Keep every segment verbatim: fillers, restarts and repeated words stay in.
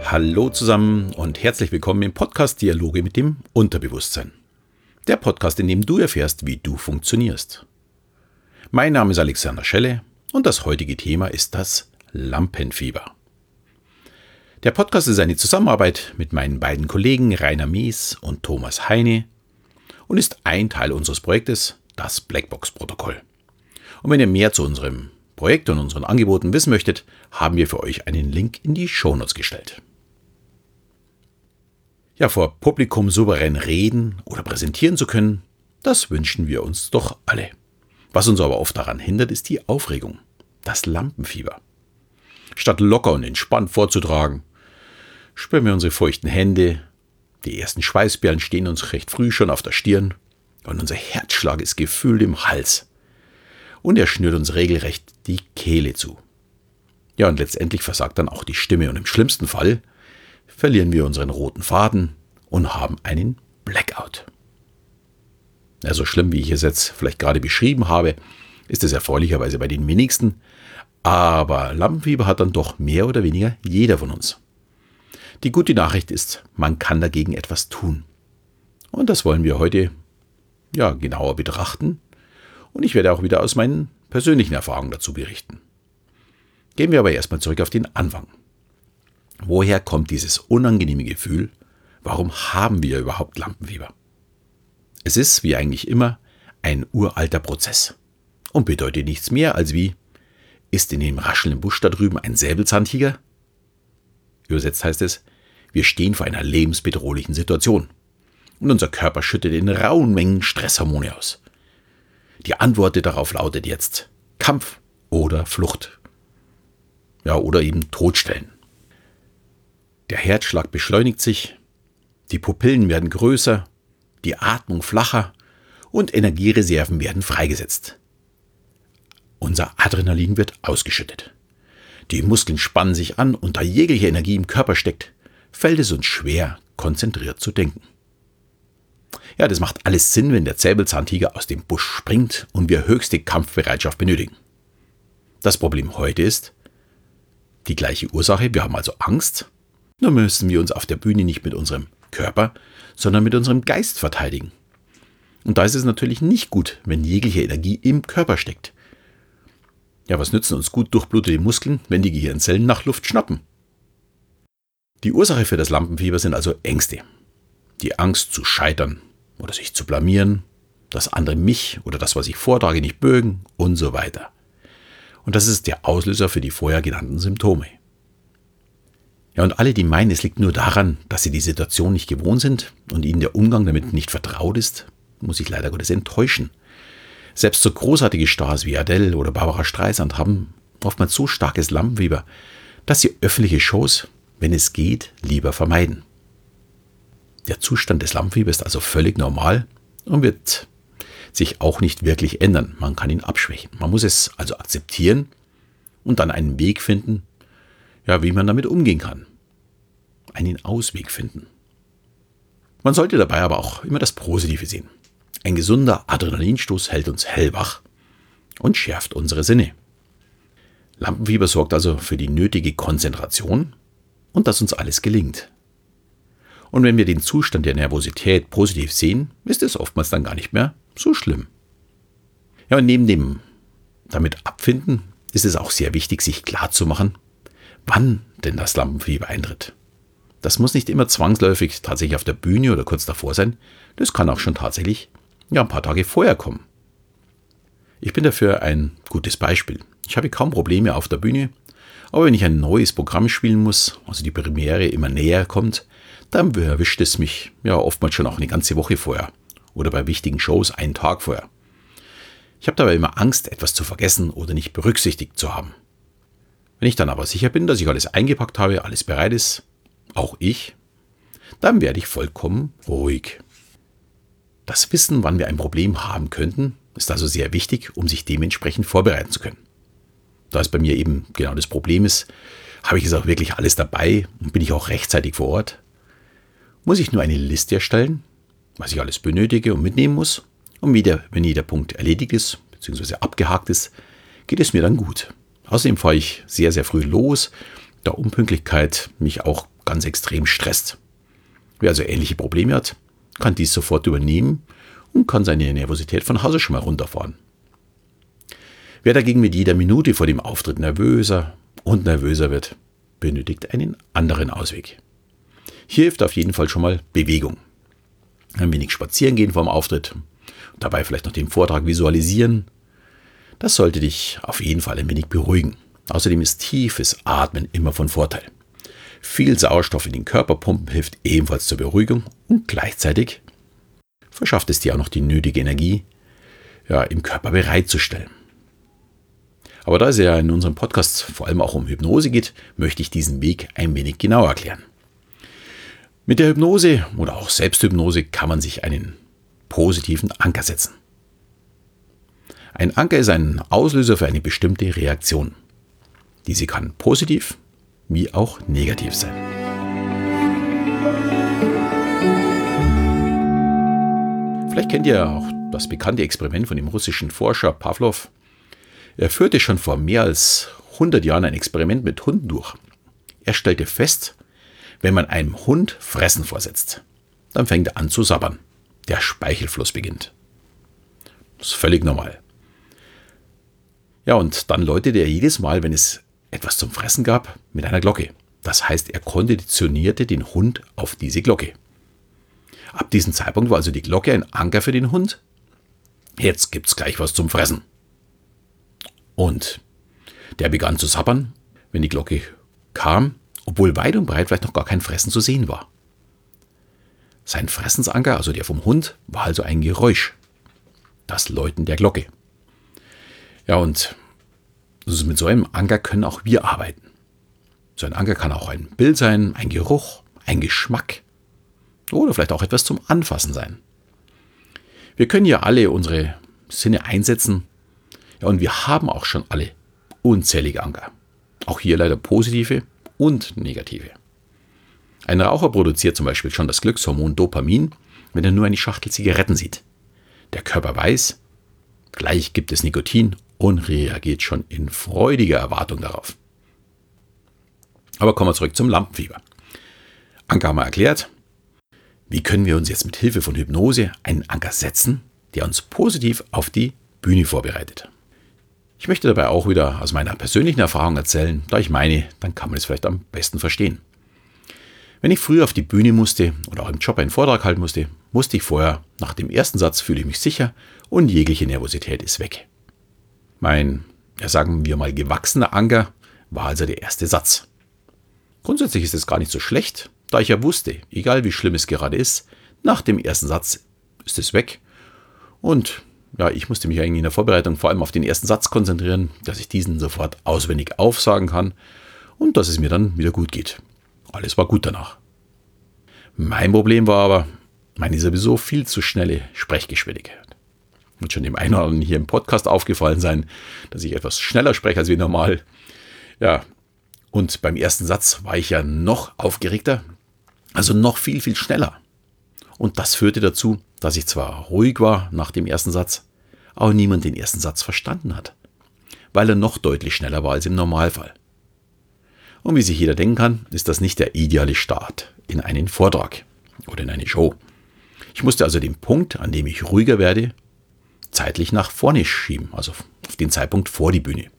Hallo zusammen und herzlich willkommen im Podcast Dialoge mit dem Unterbewusstsein. Der Podcast, in dem du erfährst, wie du funktionierst. Mein Name ist Alexander Schelle und das heutige Thema ist das Lampenfieber. Der Podcast ist eine Zusammenarbeit mit meinen beiden Kollegen Rainer Mees und Thomas Heine und ist ein Teil unseres Projektes, das Blackbox-Protokoll. Und wenn ihr mehr zu unserem Projekt und unseren Angeboten wissen möchtet, haben wir für euch einen Link in die Shownotes gestellt. Ja, vor Publikum souverän reden oder präsentieren zu können, das wünschen wir uns doch alle. Was uns aber oft daran hindert, ist die Aufregung, das Lampenfieber. Statt locker und entspannt vorzutragen, spüren wir unsere feuchten Hände, die ersten Schweißperlen stehen uns recht früh schon auf der Stirn und unser Herzschlag ist gefühlt im Hals. Und er schnürt uns regelrecht die Kehle zu. Ja, und letztendlich versagt dann auch die Stimme und im schlimmsten Fall verlieren wir unseren roten Faden und haben einen Blackout. Ja, so schlimm, wie ich es jetzt vielleicht gerade beschrieben habe, ist es erfreulicherweise bei den wenigsten, aber Lampenfieber hat dann doch mehr oder weniger jeder von uns. Die gute Nachricht ist, man kann dagegen etwas tun. Und das wollen wir heute ja, genauer betrachten. Und ich werde auch wieder aus meinen persönlichen Erfahrungen dazu berichten. Gehen wir aber erstmal zurück auf den Anfang. Woher kommt dieses unangenehme Gefühl? Warum haben wir überhaupt Lampenfieber? Es ist, wie eigentlich immer, ein uralter Prozess und bedeutet nichts mehr als wie, ist in dem raschelnden Busch da drüben ein Säbelzahntiger? Übersetzt heißt es, wir stehen vor einer lebensbedrohlichen Situation und unser Körper schüttet in rauen Mengen Stresshormone aus. Die Antwort darauf lautet jetzt Kampf oder Flucht. Ja, oder eben Todstellen. Der Herzschlag beschleunigt sich, die Pupillen werden größer, die Atmung flacher und Energiereserven werden freigesetzt. Unser Adrenalin wird ausgeschüttet. Die Muskeln spannen sich an und da jegliche Energie im Körper steckt, fällt es uns schwer, konzentriert zu denken. Ja, das macht alles Sinn, wenn der Säbelzahntiger aus dem Busch springt und wir höchste Kampfbereitschaft benötigen. Das Problem heute ist die gleiche Ursache, wir haben also Angst, nur müssen wir uns auf der Bühne nicht mit unserem Körper, sondern mit unserem Geist verteidigen. Und da ist es natürlich nicht gut, wenn jegliche Energie im Körper steckt. Ja, was nützen uns gut durchblutete Muskeln, wenn die Gehirnzellen nach Luft schnappen? Die Ursache für das Lampenfieber sind also Ängste. Die Angst zu scheitern oder sich zu blamieren, dass andere mich oder das, was ich vortrage, nicht mögen und so weiter. Und das ist der Auslöser für die vorher genannten Symptome. Ja, und alle, die meinen, es liegt nur daran, dass sie die Situation nicht gewohnt sind und ihnen der Umgang damit nicht vertraut ist, muss ich leider Gottes enttäuschen. Selbst so großartige Stars wie Adele oder Barbara Streisand haben oftmals so starkes Lampenfieber, dass sie öffentliche Shows, wenn es geht, lieber vermeiden. Der Zustand des Lampenfiebers ist also völlig normal und wird sich auch nicht wirklich ändern. Man kann ihn abschwächen. Man muss es also akzeptieren und dann einen Weg finden, ja, wie man damit umgehen kann. Einen Ausweg finden. Man sollte dabei aber auch immer das Positive sehen. Ein gesunder Adrenalinstoß hält uns hellwach und schärft unsere Sinne. Lampenfieber sorgt also für die nötige Konzentration und dass uns alles gelingt. Und wenn wir den Zustand der Nervosität positiv sehen, ist es oftmals dann gar nicht mehr so schlimm. Ja, und neben dem damit abfinden ist es auch sehr wichtig, sich klarzumachen, wann denn das Lampenfieber eintritt. Das muss nicht immer zwangsläufig tatsächlich auf der Bühne oder kurz davor sein. Das kann auch schon tatsächlich ja, ein paar Tage vorher kommen. Ich bin dafür ein gutes Beispiel. Ich habe kaum Probleme auf der Bühne, aber wenn ich ein neues Programm spielen muss, also die Premiere immer näher kommt, dann erwischt es mich ja oftmals schon auch eine ganze Woche vorher oder bei wichtigen Shows einen Tag vorher. Ich habe dabei immer Angst, etwas zu vergessen oder nicht berücksichtigt zu haben. Wenn ich dann aber sicher bin, dass ich alles eingepackt habe, alles bereit ist, auch ich, dann werde ich vollkommen ruhig. Das Wissen, wann wir ein Problem haben könnten, ist also sehr wichtig, um sich dementsprechend vorbereiten zu können. Da es bei mir eben genau das Problem ist, habe ich es auch wirklich alles dabei und bin ich auch rechtzeitig vor Ort. Muss ich nur eine Liste erstellen, was ich alles benötige und mitnehmen muss. Und wieder, wenn jeder Punkt erledigt ist, bzw. abgehakt ist, geht es mir dann gut. Außerdem fahre ich sehr, sehr früh los, da Unpünktlichkeit mich auch ganz extrem stresst. Wer also ähnliche Probleme hat, kann dies sofort übernehmen und kann seine Nervosität von Hause schon mal runterfahren. Wer dagegen mit jeder Minute vor dem Auftritt nervöser und nervöser wird, benötigt einen anderen Ausweg. Hier hilft auf jeden Fall schon mal Bewegung. Ein wenig spazieren gehen vorm Auftritt, dabei vielleicht noch den Vortrag visualisieren. Das sollte dich auf jeden Fall ein wenig beruhigen. Außerdem ist tiefes Atmen immer von Vorteil. Viel Sauerstoff in den Körper pumpen hilft ebenfalls zur Beruhigung und gleichzeitig verschafft es dir auch noch die nötige Energie, ja, im Körper bereitzustellen. Aber da es ja in unserem Podcast vor allem auch um Hypnose geht, möchte ich diesen Weg ein wenig genauer erklären. Mit der Hypnose oder auch Selbsthypnose kann man sich einen positiven Anker setzen. Ein Anker ist ein Auslöser für eine bestimmte Reaktion. Diese kann positiv wie auch negativ sein. Vielleicht kennt ihr auch das bekannte Experiment von dem russischen Forscher Pawlow. Er führte schon vor mehr als hundert Jahren ein Experiment mit Hunden durch. Er stellte fest, wenn man einem Hund Fressen vorsetzt, dann fängt er an zu sabbern. Der Speichelfluss beginnt. Das ist völlig normal. Ja, und dann läutete er jedes Mal, wenn es etwas zum Fressen gab, mit einer Glocke. Das heißt, er konditionierte den Hund auf diese Glocke. Ab diesem Zeitpunkt war also die Glocke ein Anker für den Hund. Jetzt gibt's gleich was zum Fressen. Und der begann zu sabbern, wenn die Glocke kam, obwohl weit und breit vielleicht noch gar kein Fressen zu sehen war. Sein Fressensanker, also der vom Hund, war also ein Geräusch. Das Läuten der Glocke. Ja, und also mit so einem Anker können auch wir arbeiten. So ein Anker kann auch ein Bild sein, ein Geruch, ein Geschmack oder vielleicht auch etwas zum Anfassen sein. Wir können ja alle unsere Sinne einsetzen. Ja, und wir haben auch schon alle unzählige Anker. Auch hier leider positive und negative. Ein Raucher produziert zum Beispiel schon das Glückshormon Dopamin, wenn er nur eine Schachtel Zigaretten sieht. Der Körper weiß, gleich gibt es Nikotin und reagiert schon in freudiger Erwartung darauf. Aber kommen wir zurück zum Lampenfieber. Anker haben wir erklärt. Wie können wir uns jetzt mit Hilfe von Hypnose einen Anker setzen, der uns positiv auf die Bühne vorbereitet? Ich möchte dabei auch wieder aus meiner persönlichen Erfahrung erzählen, da ich meine, dann kann man es vielleicht am besten verstehen. Wenn ich früher auf die Bühne musste oder auch im Job einen Vortrag halten musste, musste ich vorher, nach dem ersten Satz fühle ich mich sicher und jegliche Nervosität ist weg. Mein, ja sagen wir mal, gewachsener Anker war also der erste Satz. Grundsätzlich ist es gar nicht so schlecht, da ich ja wusste, egal wie schlimm es gerade ist, nach dem ersten Satz ist es weg. Und ja, ich musste mich eigentlich in der Vorbereitung vor allem auf den ersten Satz konzentrieren, dass ich diesen sofort auswendig aufsagen kann und dass es mir dann wieder gut geht. Alles war gut danach. Mein Problem war aber meine sowieso viel zu schnelle Sprechgeschwindigkeit. Wird schon dem einen oder anderen hier im Podcast aufgefallen sein, dass ich etwas schneller spreche als wie normal. Ja, und beim ersten Satz war ich ja noch aufgeregter, also noch viel, viel schneller. Und das führte dazu, dass ich zwar ruhig war nach dem ersten Satz, aber niemand den ersten Satz verstanden hat, weil er noch deutlich schneller war als im Normalfall. Und wie sich jeder denken kann, ist das nicht der ideale Start in einen Vortrag oder in eine Show. Ich musste also den Punkt, an dem ich ruhiger werde, zeitlich nach vorne schieben, also auf den Zeitpunkt vor die Bühne.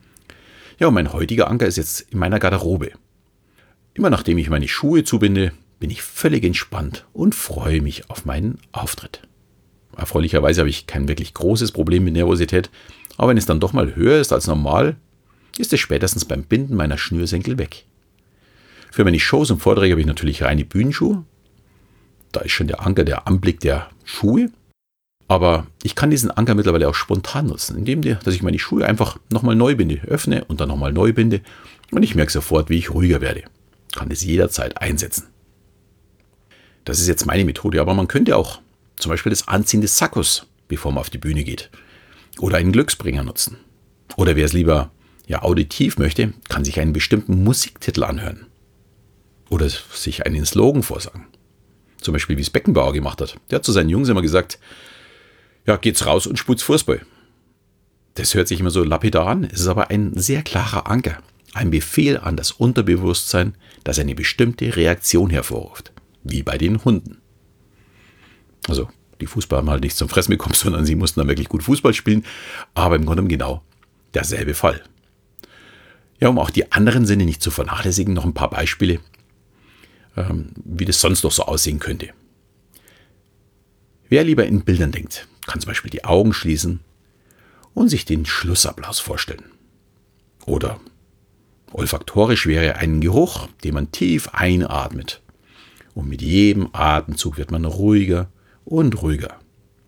Ja, und mein heutiger Anker ist jetzt in meiner Garderobe. Immer nachdem ich meine Schuhe zubinde, bin ich völlig entspannt und freue mich auf meinen Auftritt. Erfreulicherweise habe ich kein wirklich großes Problem mit Nervosität, aber wenn es dann doch mal höher ist als normal, ist es spätestens beim Binden meiner Schnürsenkel weg. Für meine Shows und Vorträge habe ich natürlich reine Bühnenschuhe. Da ist schon der Anker der Anblick der Schuhe. Aber ich kann diesen Anker mittlerweile auch spontan nutzen, indem dass ich meine Schuhe einfach nochmal neu binde, öffne und dann nochmal neu binde. Und ich merke sofort, wie ich ruhiger werde. Kann es jederzeit einsetzen. Das ist jetzt meine Methode, aber man könnte auch zum Beispiel das Anziehen des Sakkos, bevor man auf die Bühne geht. Oder einen Glücksbringer nutzen. Oder wer es lieber ja, auditiv möchte, kann sich einen bestimmten Musiktitel anhören. Oder sich einen Slogan vorsagen. Zum Beispiel, wie es Beckenbauer gemacht hat. Der hat zu seinen Jungs immer gesagt, ja, geht's raus und sput's Fußball. Das hört sich immer so lapidar an, es ist aber ein sehr klarer Anker. Ein Befehl an das Unterbewusstsein, das eine bestimmte Reaktion hervorruft, wie bei den Hunden. Also die Fußballer haben halt nicht zum Fressen bekommen, sondern sie mussten dann wirklich gut Fußball spielen, aber im Grunde genau derselbe Fall. Ja, um auch die anderen Sinne nicht zu vernachlässigen, noch ein paar Beispiele, ähm, wie das sonst noch so aussehen könnte. Wer lieber in Bildern denkt, kann zum Beispiel die Augen schließen und sich den Schlussapplaus vorstellen. Oder olfaktorisch wäre ein Geruch, den man tief einatmet. Und mit jedem Atemzug wird man ruhiger und ruhiger.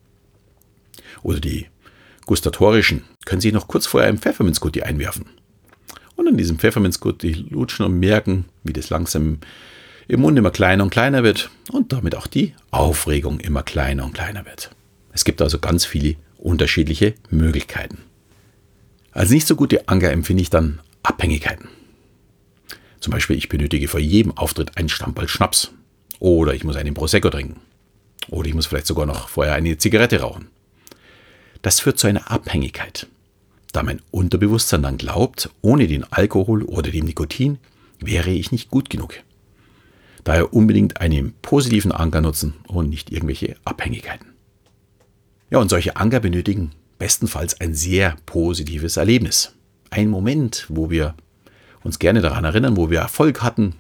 Oder die gustatorischen können sich noch kurz vorher einen Pfefferminzgutti einwerfen. Und an diesem Pfefferminzgutti lutschen und merken, wie das langsam im Mund immer kleiner und kleiner wird und damit auch die Aufregung immer kleiner und kleiner wird. Es gibt also ganz viele unterschiedliche Möglichkeiten. Als nicht so gute Anker empfinde ich dann Abhängigkeiten. Zum Beispiel, ich benötige vor jedem Auftritt einen Stammball Schnaps. Oder ich muss einen Prosecco trinken. Oder ich muss vielleicht sogar noch vorher eine Zigarette rauchen. Das führt zu einer Abhängigkeit, da mein Unterbewusstsein dann glaubt, ohne den Alkohol oder dem Nikotin wäre ich nicht gut genug. Daher unbedingt einen positiven Anker nutzen und nicht irgendwelche Abhängigkeiten. Ja, und solche Anker benötigen bestenfalls ein sehr positives Erlebnis. Ein Moment, wo wir uns gerne daran erinnern, wo wir Erfolg hatten.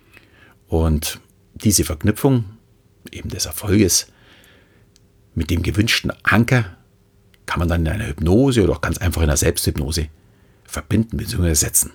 Und diese Verknüpfung eben des Erfolges mit dem gewünschten Anker kann man dann in einer Hypnose oder auch ganz einfach in einer Selbsthypnose verbinden bzw. setzen.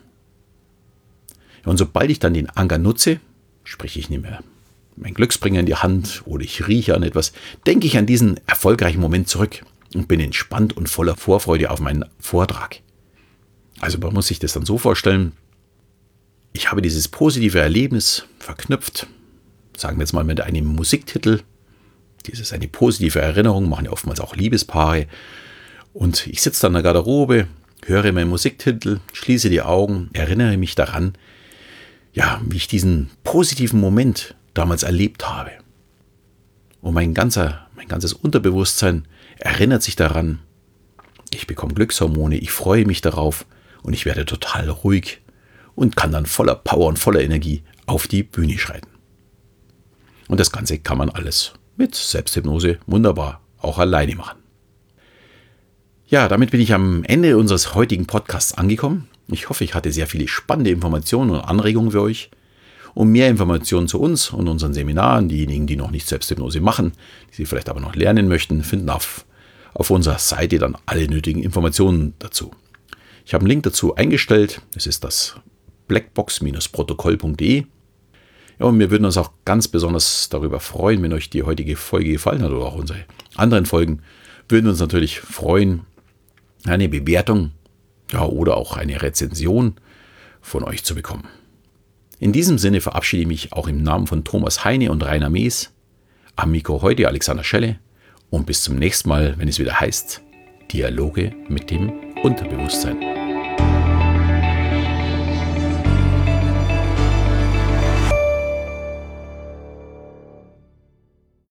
Ja, und sobald ich dann den Anker nutze, sprich ich nehme meinen Glücksbringer in die Hand oder ich rieche an etwas, denke ich an diesen erfolgreichen Moment zurück und bin entspannt und voller Vorfreude auf meinen Vortrag. Also man muss sich das dann so vorstellen, ich habe dieses positive Erlebnis verknüpft, sagen wir jetzt mal mit einem Musiktitel. Das ist eine positive Erinnerung, machen ja oftmals auch Liebespaare. Und ich sitze dann in der Garderobe, höre meinen Musiktitel, schließe die Augen, erinnere mich daran, ja, wie ich diesen positiven Moment damals erlebt habe. Und mein ganzer, mein ganzes Unterbewusstsein erinnert sich daran, ich bekomme Glückshormone, ich freue mich darauf und ich werde total ruhig und kann dann voller Power und voller Energie auf die Bühne schreiten. Und das Ganze kann man alles mit Selbsthypnose wunderbar auch alleine machen. Ja, damit bin ich am Ende unseres heutigen Podcasts angekommen. Ich hoffe, ich hatte sehr viele spannende Informationen und Anregungen für euch. Um mehr Informationen zu uns und unseren Seminaren, diejenigen, die noch nicht Selbsthypnose machen, die sie vielleicht aber noch lernen möchten, finden auf, auf unserer Seite dann alle nötigen Informationen dazu. Ich habe einen Link dazu eingestellt. Es ist das blackbox Protokoll punkt de. Ja, und wir würden uns auch ganz besonders darüber freuen, wenn euch die heutige Folge gefallen hat oder auch unsere anderen Folgen. Würden uns natürlich freuen, eine Bewertung, ja, oder auch eine Rezension von euch zu bekommen. In diesem Sinne verabschiede ich mich auch im Namen von Thomas Heine und Rainer Mees. Am Mikro heute Alexander Schelle und bis zum nächsten Mal, wenn es wieder heißt Dialoge mit dem Unterbewusstsein.